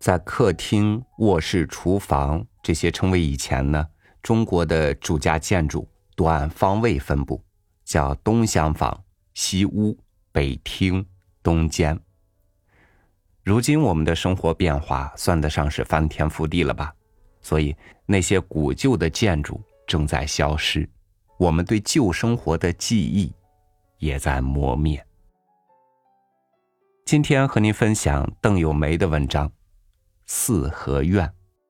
在客厅、卧室、厨房这些称谓以前呢，中国的住家建筑多按方位分布，叫东厢房、西屋、北厅、东间。如今我们的生活变化算得上是翻天覆地了吧，所以那些古旧的建筑正在消失，我们对旧生活的记忆也在磨灭。今天和您分享邓友梅的文章《四合院》。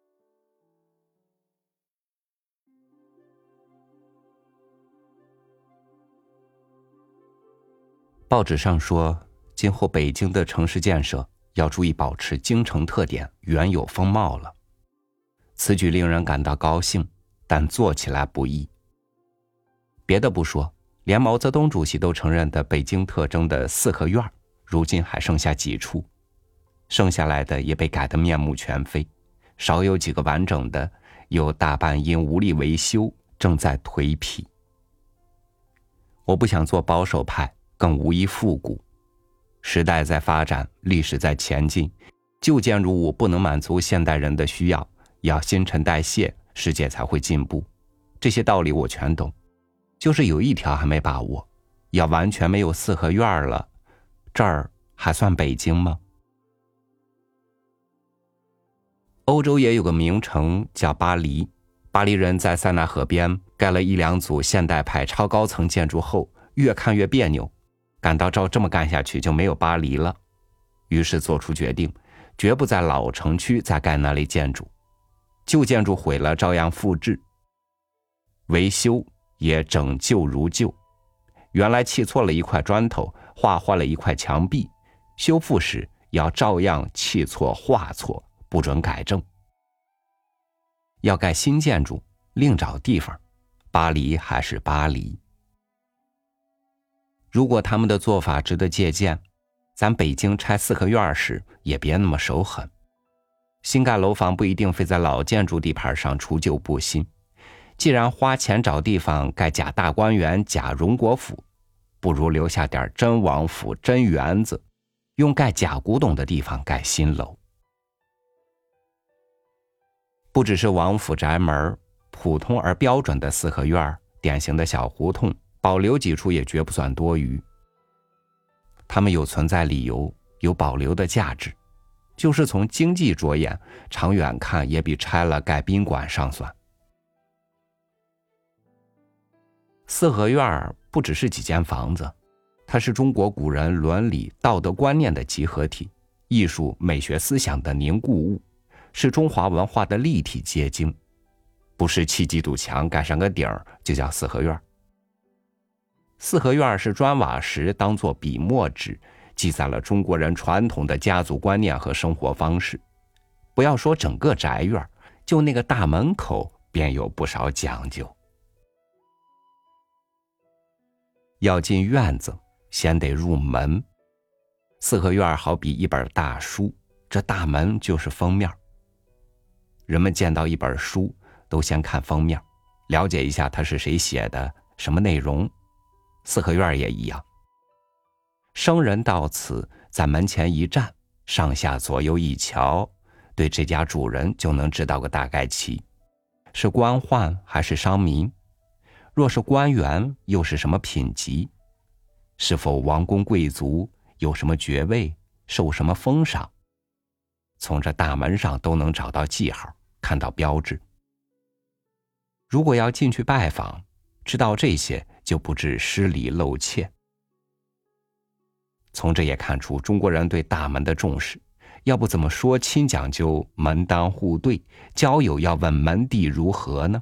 报纸上说，今后北京的城市建设要注意保持京城特点原有风貌了。此举令人感到高兴，但做起来不易。别的不说，连毛泽东主席都承认的北京特征的四合院，如今还剩下几处，剩下来的也被改得面目全非，少有几个完整的，有大半因无力维修正在颓圮。我不想做保守派，更无意复古。时代在发展，历史在前进，旧建筑物不能满足现代人的需要，要新陈代谢，世界才会进步。这些道理我全懂，就是有一条还没把握，要完全没有四合院了，这儿还算北京吗？欧洲也有个名城叫巴黎，巴黎人在塞纳河边盖了1-2组现代派超高层建筑后，越看越别扭，感到照这么干下去就没有巴黎了，于是做出决定，绝不在老城区再盖那类建筑，旧建筑毁了照样复制，维修也整旧如旧，原来砌错了一块砖头，画坏了一块墙壁，修复时要照样砌错画错，不准改正。要盖新建筑，另找地方，巴黎还是巴黎。如果他们的做法值得借鉴，咱北京拆四合院时也别那么手狠。新盖楼房不一定非在老建筑地盘上除旧布新，既然花钱找地方盖假大观园、假荣国府，不如留下点真王府、真园子，用盖假古董的地方盖新楼。不只是王府宅门，普通而标准的四合院，典型的小胡同，保留几处也绝不算多余。它们有存在理由，有保留的价值，就是从经济着眼，长远看也比拆了盖宾馆上算。四合院不只是几间房子，它是中国古人伦理道德观念的集合体，艺术美学思想的凝固物，是中华文化的立体结晶，不是砌几堵墙盖上个顶就叫四合院。四合院是砖瓦石当作笔墨纸，记载了中国人传统的家族观念和生活方式。不要说整个宅院，就那个大门口便有不少讲究。要进院子，先得入门。四合院好比一本大书，这大门就是封面。人们见到一本书，都先看封面，了解一下它是谁写的，什么内容。四合院也一样，生人到此，在门前一站，上下左右一瞧，对这家主人就能知道个大概齐，是官宦还是商民，若是官员又是什么品级，是否王公贵族，有什么爵位，受什么封赏，从这大门上都能找到记号，看到标志。如果要进去拜访，知道这些就不致失礼漏怯。从这也看出中国人对大门的重视，要不怎么说亲讲究门当户对，交友要问门第如何呢？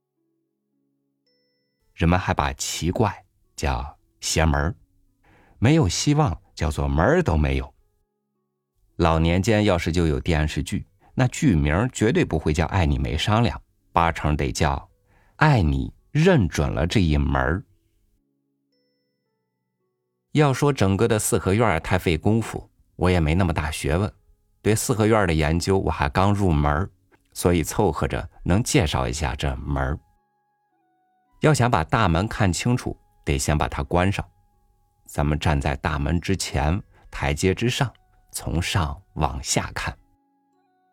人们还把奇怪叫邪门，没有希望叫做门都没有。老年间要是就有电视剧，那剧名绝对不会叫爱你没商量，8成得叫爱你认准了这一门。要说整个的四合院太费功夫，我也没那么大学问，对四合院的研究我还刚入门，所以凑合着能介绍一下这门。要想把大门看清楚，得先把它关上。咱们站在大门之前，台阶之上，从上往下看，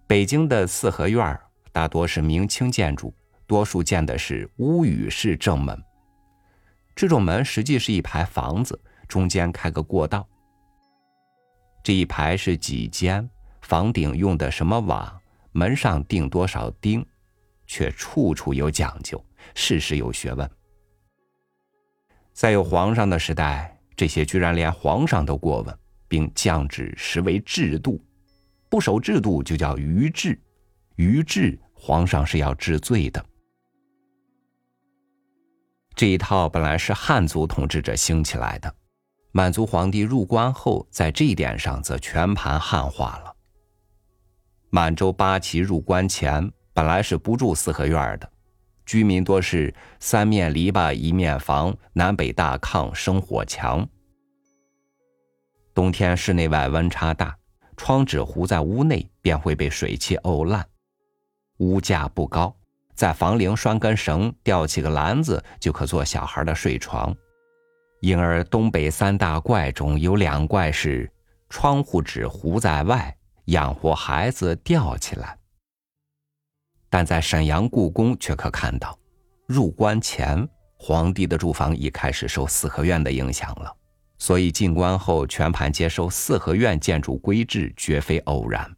北京的四合院大多是明清建筑，多数建的是屋宇式正门。这种门实际是一排房子，中间开个过道。这一排是几间，房顶用的什么瓦，门上钉多少钉，却处处有讲究，事事有学问。在有皇上的时代，这些居然连皇上都过问，并降旨实为制度。不守制度就叫逾制，逾制皇上是要治罪的。这一套本来是汉族统治者兴起来的，满族皇帝入关后，在这一点上则全盘汉化了。满洲八旗入关前，本来是不住四合院的，居民多是三面篱笆一面房，南北大炕生火墙。冬天室内外温差大，窗纸糊在屋内便会被水汽沤烂。屋架不高，在房棂拴根绳，吊起个篮子，就可做小孩的睡床。因而东北三大怪中有2怪是窗户纸糊在外，养活孩子吊起来。但在沈阳故宫却可看到，入关前皇帝的住房已开始受四合院的影响了，所以进关后全盘接受四合院建筑规制绝非偶然。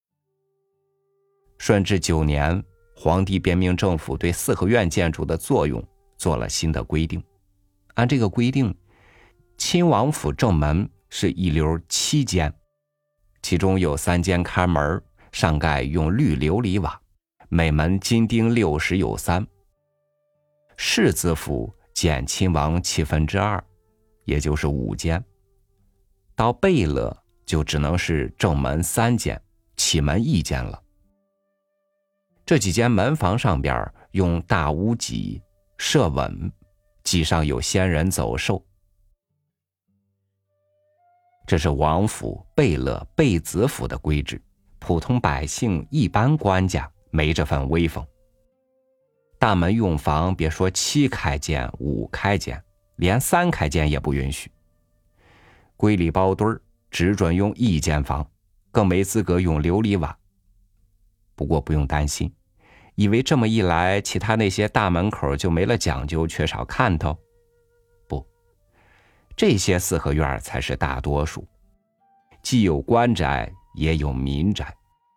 顺治9年，皇帝便命政府对四合院建筑的作用做了新的规定。按这个规定，亲王府正门是一溜7间，其中有3间看门，上盖用绿琉璃瓦，每门金钉60有3。世子府减亲王2/7，也就是5间。到贝勒就只能是正门3间，启门1间了。这几间门房上边用大屋脊设稳，脊上有仙人走兽。这是王府、贝勒、贝子府的规制，普通百姓一般官家没这份威风。大门用房别说7开间、5开间，连3开间也不允许。归里包堆只准用1间房，更没资格用琉璃瓦。不过不用担心，以为这么一来，其他那些大门口就没了讲究，缺少看头。不，这些四合院才是大多数，既有官宅，也有民宅。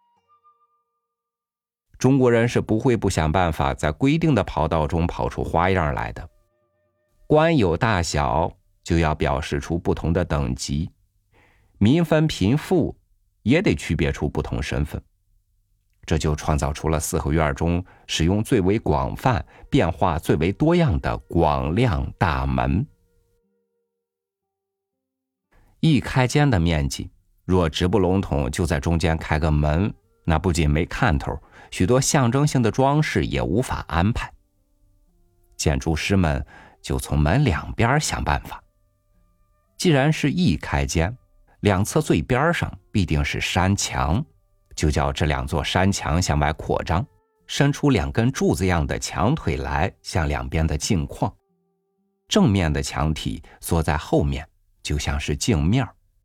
中国人是不会不想办法在规定的跑道中跑出花样来的。官有大小，就要表示出不同的等级，民分贫富，也得区别出不同身份。这就创造出了四合院中使用最为广泛、变化最为多样的广亮大门。1开间的面积，若直不笼统就在中间开个门，那不仅没看头，许多象征性的装饰也无法安排。建筑师们就从门两边想办法。既然是1开间，两侧最边上必定是山墙，就叫这2座山墙向外扩张，伸出2根柱子样的墙腿来，像两边的镜框。正面的墙体缩在后面，就像是镜面。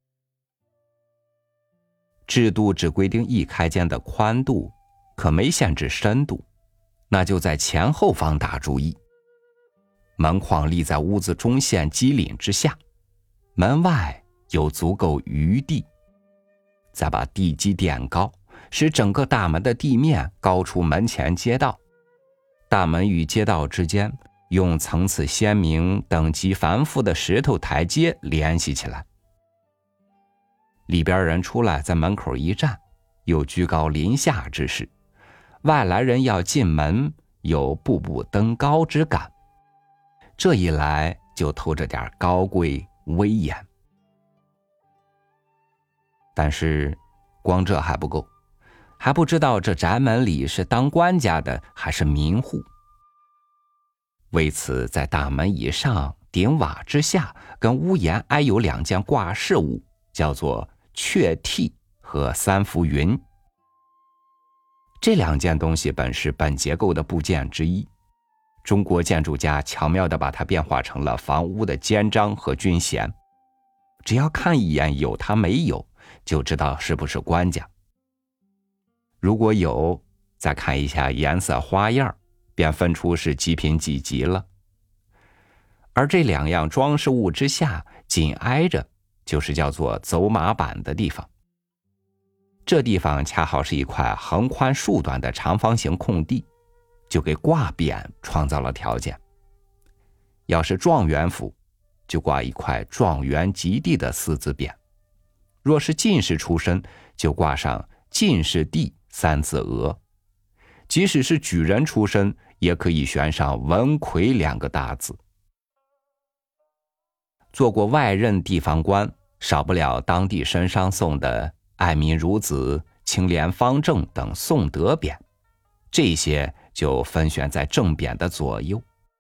制度只规定1开间的宽度，可没限制深度，那就在前后方打注意。门框立在屋子中线基岭之下，门外有足够余地，再把地基垫高，使整个大门的地面高出门前街道。大门与街道之间用层次鲜明、等级繁复的石头台阶联系起来。里边人出来在门口一站，有居高临下之势；外来人要进门，有步步登高之感。这一来就透着点高贵威严。但是光这还不够，还不知道这宅门里是当官家的还是民户。为此，在大门以上、顶瓦之下跟屋檐挨有2件挂饰物，叫做雀替和3浮云。这2件东西本是本结构的部件之一，中国建筑家巧妙地把它变化成了房屋的肩章和军衔。只要看一眼有它没有，就知道是不是官家。 如果有，再看一下颜色花样，便分出是几品几级了。而这2样装饰物之下紧挨着就是叫做走马板的地方。这地方恰好是一块横宽竖短的长方形空地，就给挂匾创造了条件。要是状元府，就挂一块状元及第的4字匾；若是进士出身，就挂上进士第3字额；即使是举人出身，也可以悬上文魁2个大字。做过外任地方官，少不了当地绅商送的爱民如子、清廉方正等颂德匾，这些就分悬在正匾的左右。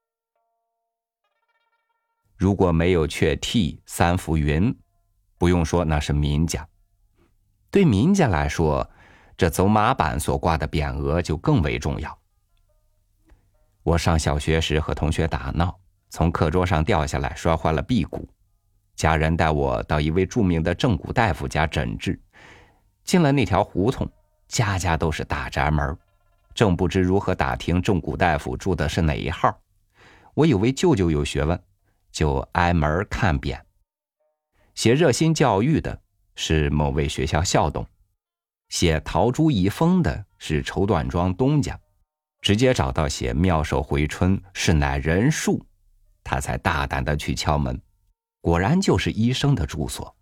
如果没有雀替、3浮云，不用说那是民家。对民家来说，这走马板所挂的匾额就更为重要。我上小学时和同学打闹，从课桌上掉下来，摔坏了臂骨。家人带我到一位著名的正骨大夫家诊治。进了那条胡同，家家都是大宅门，正不知如何打听正骨大夫住的是哪一号。我以为舅舅有学问，就挨门看匾。写热心教育的是某位学校校董，写陶朱遗风的是绸缎庄东家，直接找到写妙手回春是乃人数，他才大胆地去敲门，果然就是医生的住所。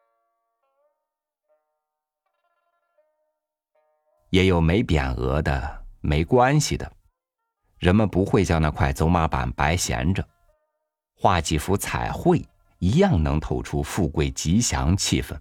也有没匾额的，没关系的，人们不会叫那块走马板白闲着，画几幅彩绘一样能透出富贵吉祥气氛。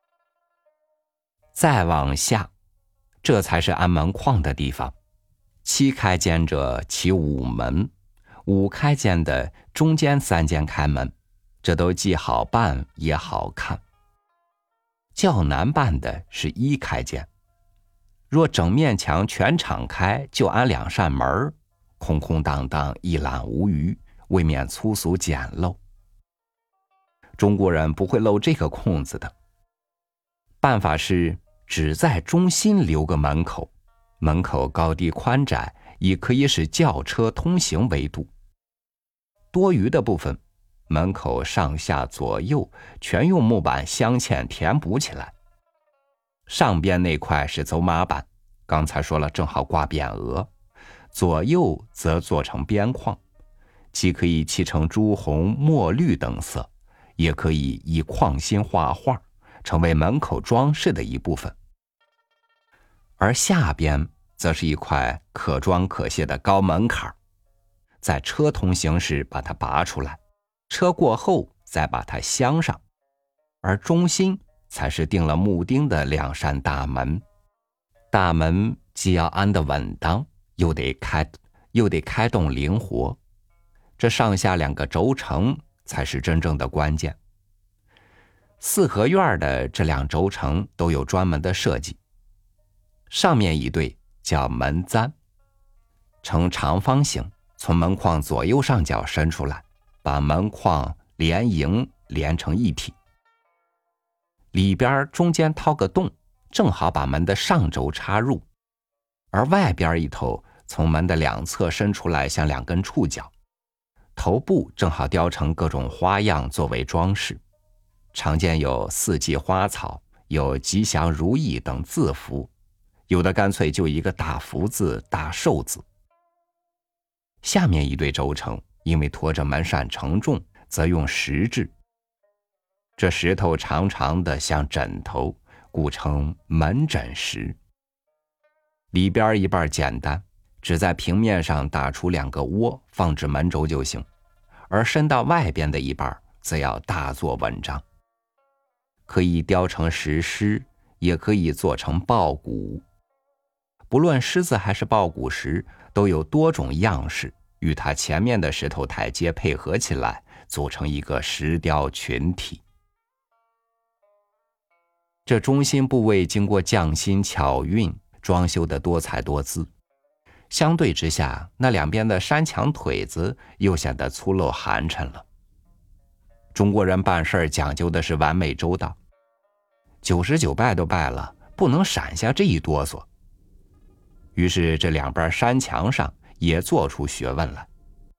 再往下，这才是安门框的地方。7开间者其午门，5开间的中间3间开门，这都既好办也好看。较难办的是1开间，若整面墙全敞开，就安2扇门，空空荡荡，一览无余，未免粗俗简陋。中国人不会漏这个空子的。办法是只在中心留个门口，门口高低宽窄以可以使轿车通行为度。多余的部分，门口上下左右全用木板镶嵌填补起来。上边那块是走马板，刚才说了正好挂匾额，左右则做成边框，既可以漆成朱红、墨绿等色，也可以以框心画画，成为门口装饰的一部分。而下边则是一块可装可卸的高门槛，在车通行时把它拔出来，车过后再把它镶上，而中心才是钉了木钉的2扇大门。大门既要安得稳当，又得开动灵活，这上下2个轴承才是真正的关键。4合院的这2轴承都有专门的设计，上面一对叫门簪，呈长方形，从门框左右上角伸出来，把门框连楹连成一体，里边中间掏个洞，正好把门的上轴插入，而外边一头从门的2侧伸出来，像2根触角，头部正好雕成各种花样作为装饰，常见有4季花草，有吉祥如意等字符，有的干脆就一个大福字、大寿字。下面一对轴承因为驮着门扇承重，则用石制，这石头长长的像枕头，故称门枕石。里边一半简单，只在平面上打出2个窝，放置门轴就行，而伸到外边的一半则要大做文章，可以雕成石狮，也可以做成豹骨。不论狮子还是豹骨石，都有多种样式，与它前面的石头台阶配合起来，组成一个石雕群体。这中心部位经过匠心巧运，装修的多彩多姿，相对之下，那2边的山墙腿子又显得粗陋寒碜了。中国人办事讲究的是完美周到，99拜都拜了，不能闪下这一哆嗦， 于是这两边山墙上也做出学问来。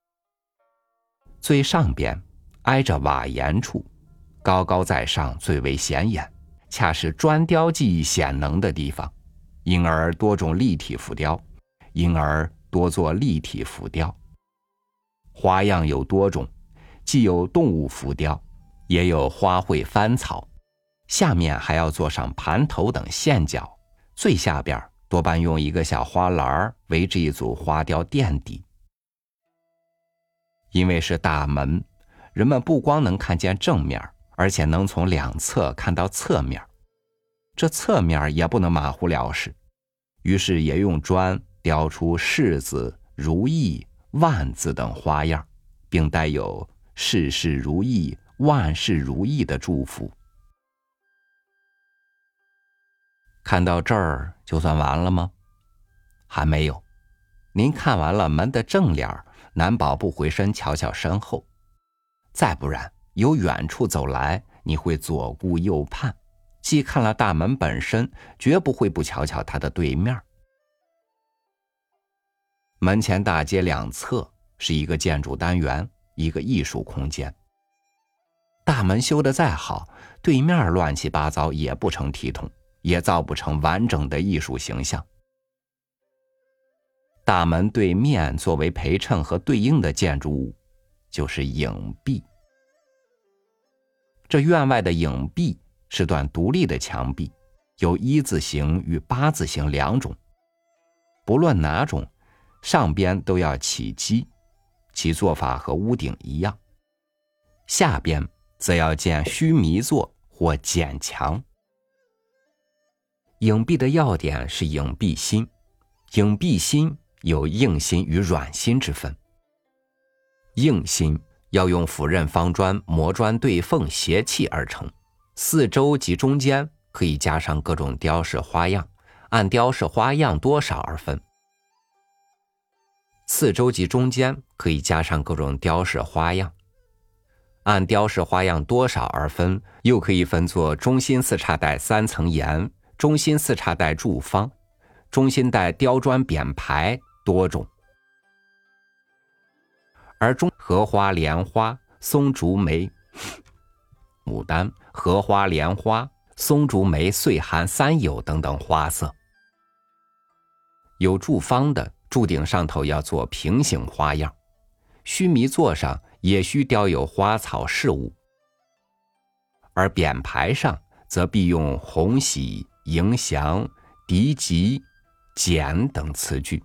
最上边挨着瓦檐处，高高在上，最为显眼，恰是砖雕技艺显能的地方，因而多种立体浮雕，因而多做立体浮雕。花样有多种，既有动物浮雕，也有花卉翻草，下面还要做上盘头等线脚，最下边多半用一个小花篮围着一组花雕垫底。因为是大门，人们不光能看见正面，而且能从两侧看到侧面，这侧面也不能马虎了事，于是也用砖雕出柿子、如意、万字等花样，并带有事事如意、万事如意的祝福。看到这儿就算完了吗？还没有。您看完了门的正脸，难保不回身瞧瞧身后，再不然由远处走来，你会左顾右盼，既看了大门本身，绝不会不瞧瞧它的对面。门前大街两侧是一个建筑单元，一个艺术空间。大门修得再好，对面乱七八糟也不成体统，也造不成完整的艺术形象。大门对面作为陪衬和对应的建筑物，就是影壁。这院外的影壁是段独立的墙壁，有一字形与八字形两种，不论哪种，上边都要起基，其做法和屋顶一样，下边则要建须弥座或剪墙。影壁的要点是影壁心，影壁心有硬心与软心之分。硬心要用斧刃方砖磨砖对缝斜砌而成，四周及中间可以加上各种雕饰花样，按雕饰花样多少而分。四周及中间可以加上各种雕饰花样，按雕饰花样多少而分，又可以分作中心四叉带三层檐、中心四叉带柱方、中心带雕砖匾牌多种。而中荷花、莲花、松竹梅、牡丹、荷花、莲花、松竹梅、岁寒、三友等等花色。有柱方的，柱顶上头要做平行花样，须弥座上也需雕有花草事物，而匾牌上则必用红喜、迎祥、敌吉、简等词句。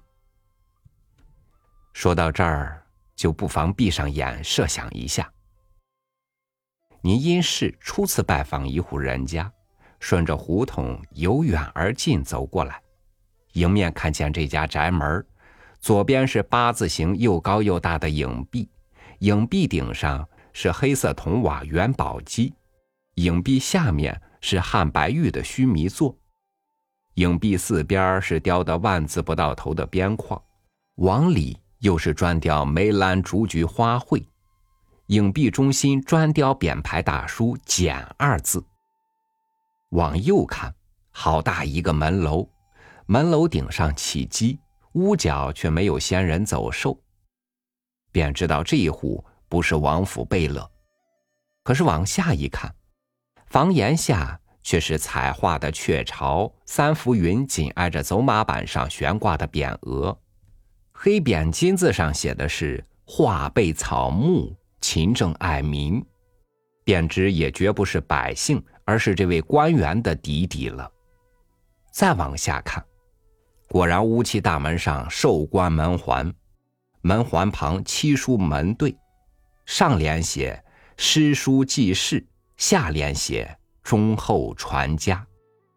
说到这儿，就不妨闭上眼设想一下，您因事初次拜访一户人家，顺着胡同由远而近走过来，迎面看见这家宅门，左边是八字形又高又大的影壁，影壁顶上是黑色铜瓦元宝基，影壁下面是汉白玉的须弥座，影壁四边是雕的万字不到头的边框，往里又是专雕梅兰竹菊花卉，影壁中心专雕匾牌大书简二字。往右看，好大一个门楼，门楼顶上起基，屋角却没有仙人走兽，便知道这一户不是王府贝勒。可是往下一看，房檐下却是彩画的雀巢，三浮云紧挨着走马板上悬挂的匾额，黑匾金字上写的是画背草木，勤政爱民，便知也绝不是百姓，而是这位官员的底底了。再往下看，果然乌漆大门上寿官门环，门环旁漆书门对，上联写诗书记事，下联写忠厚传家。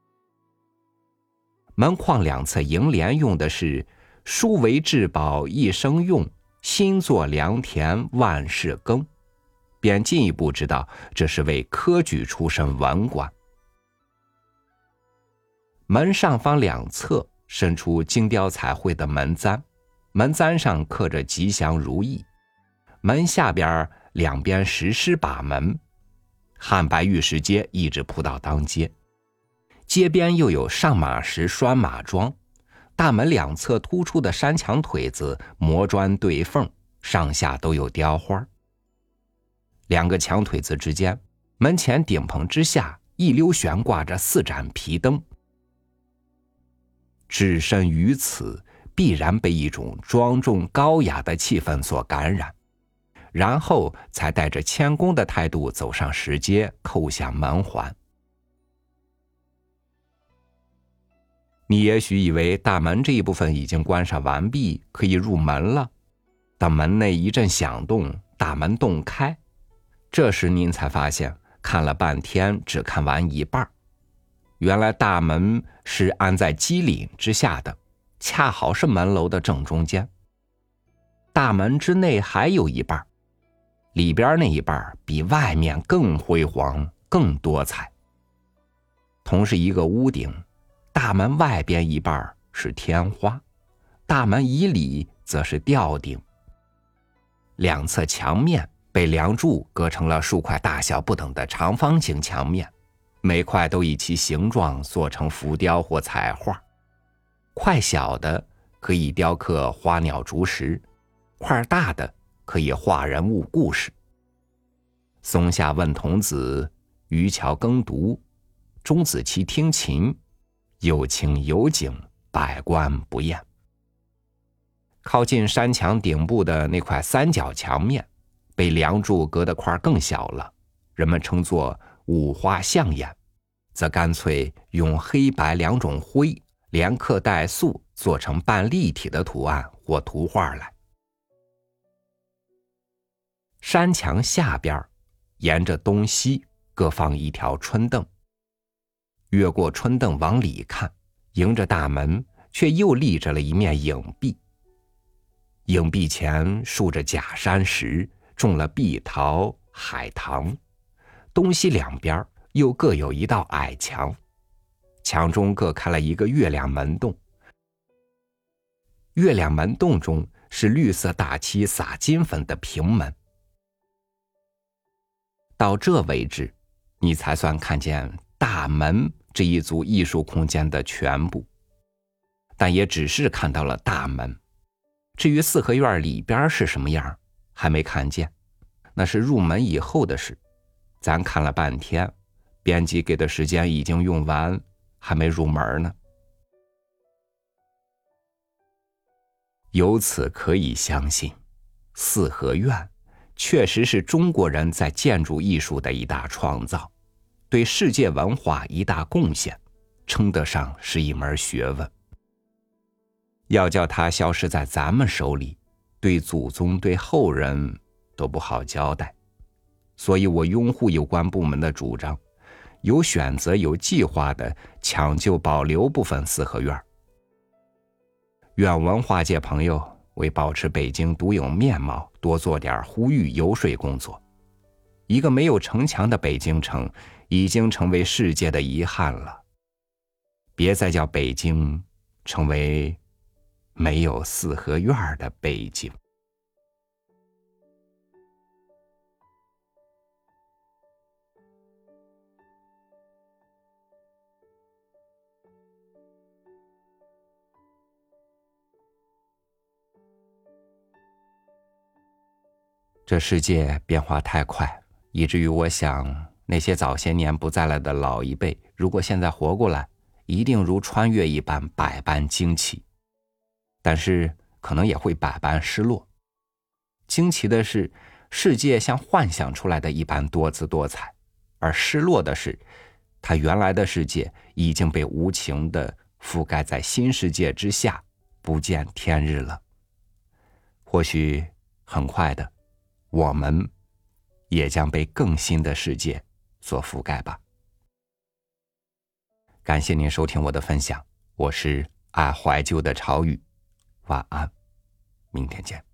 门框两侧楹联用的是书为至宝一生用，心作良田万事耕，便进一步知道这是位科举出身文官。门上方两侧伸出精雕彩绘的门簪，门簪上刻着吉祥如意，门下边两边石狮把门，汉白玉石阶一直铺到当街，街边又有上马石拴马桩， 大门两侧突出的山墙腿子磨砖对缝，上下都有雕花。两个墙腿子之间，门前顶棚之下一溜悬挂着4盏皮灯。置身于此，必然被一种庄重高雅的气氛所感染，然后才带着谦恭的态度走上石阶，叩响门环。你也许以为大门这一部分已经关上完毕，可以入门了。当门内一阵响动，大门洞开，这时您才发现，看了半天只看完一半。原来大门是安在基岭之下的，恰好是门楼的正中间。大门之内还有一半，里边那一半比外面更辉煌，更多彩。同是一个屋顶，大门外边一半是天花，大门以里则是吊顶。两侧墙面被梁柱隔成了数块大小不等的长方形墙面，每块都以其形状做成浮雕或彩画。块小的可以雕刻花鸟竹石，块大的可以画人物故事。松下问童子，渔樵耕读，钟子期听琴，有情有景，百观不厌。靠近山墙顶部的那块三角墙面，被梁柱隔的块更小了，人们称作五花象眼，则干脆用黑白两种灰连刻带塑做成半立体的图案或图画来。山墙下边沿着东西各放一条春凳，越过春凳往里看，迎着大门却又立着了一面影壁。影壁前竖着假山石，种了碧桃、海棠，东西两边又各有一道矮墙，墙中各开了一个月亮门洞。月亮门洞中是绿色大漆撒金粉的平门。到这为止，你才算看见大门这一组艺术空间的全部，但也只是看到了大门。至于四合院里边是什么样，还没看见，那是入门以后的事。咱看了半天，编辑给的时间已经用完，还没入门呢。由此可以相信，四合院确实是中国人在建筑艺术的一大创造，对世界文化一大贡献，称得上是一门学问。要叫它消失在咱们手里，对祖宗对后人都不好交代。所以我拥护有关部门的主张，有选择有计划地抢救保留部分四合院。愿文化界朋友为保持北京独有面貌多做点呼吁游说工作。一个没有城墙的北京城已经成为世界的遗憾了，别再叫北京成为没有四合院的北京。这世界变化太快，以至于我想，那些早些年不在了的老一辈，如果现在活过来，一定如穿越一般百般惊奇，但是可能也会百般失落。惊奇的是，世界像幻想出来的一般多姿多彩，而失落的是，它原来的世界已经被无情地覆盖在新世界之下，不见天日了。或许很快的，我们也将被更新的世界所覆盖吧。感谢您收听我的分享，我是爱怀旧的朝雨，晚安，明天见。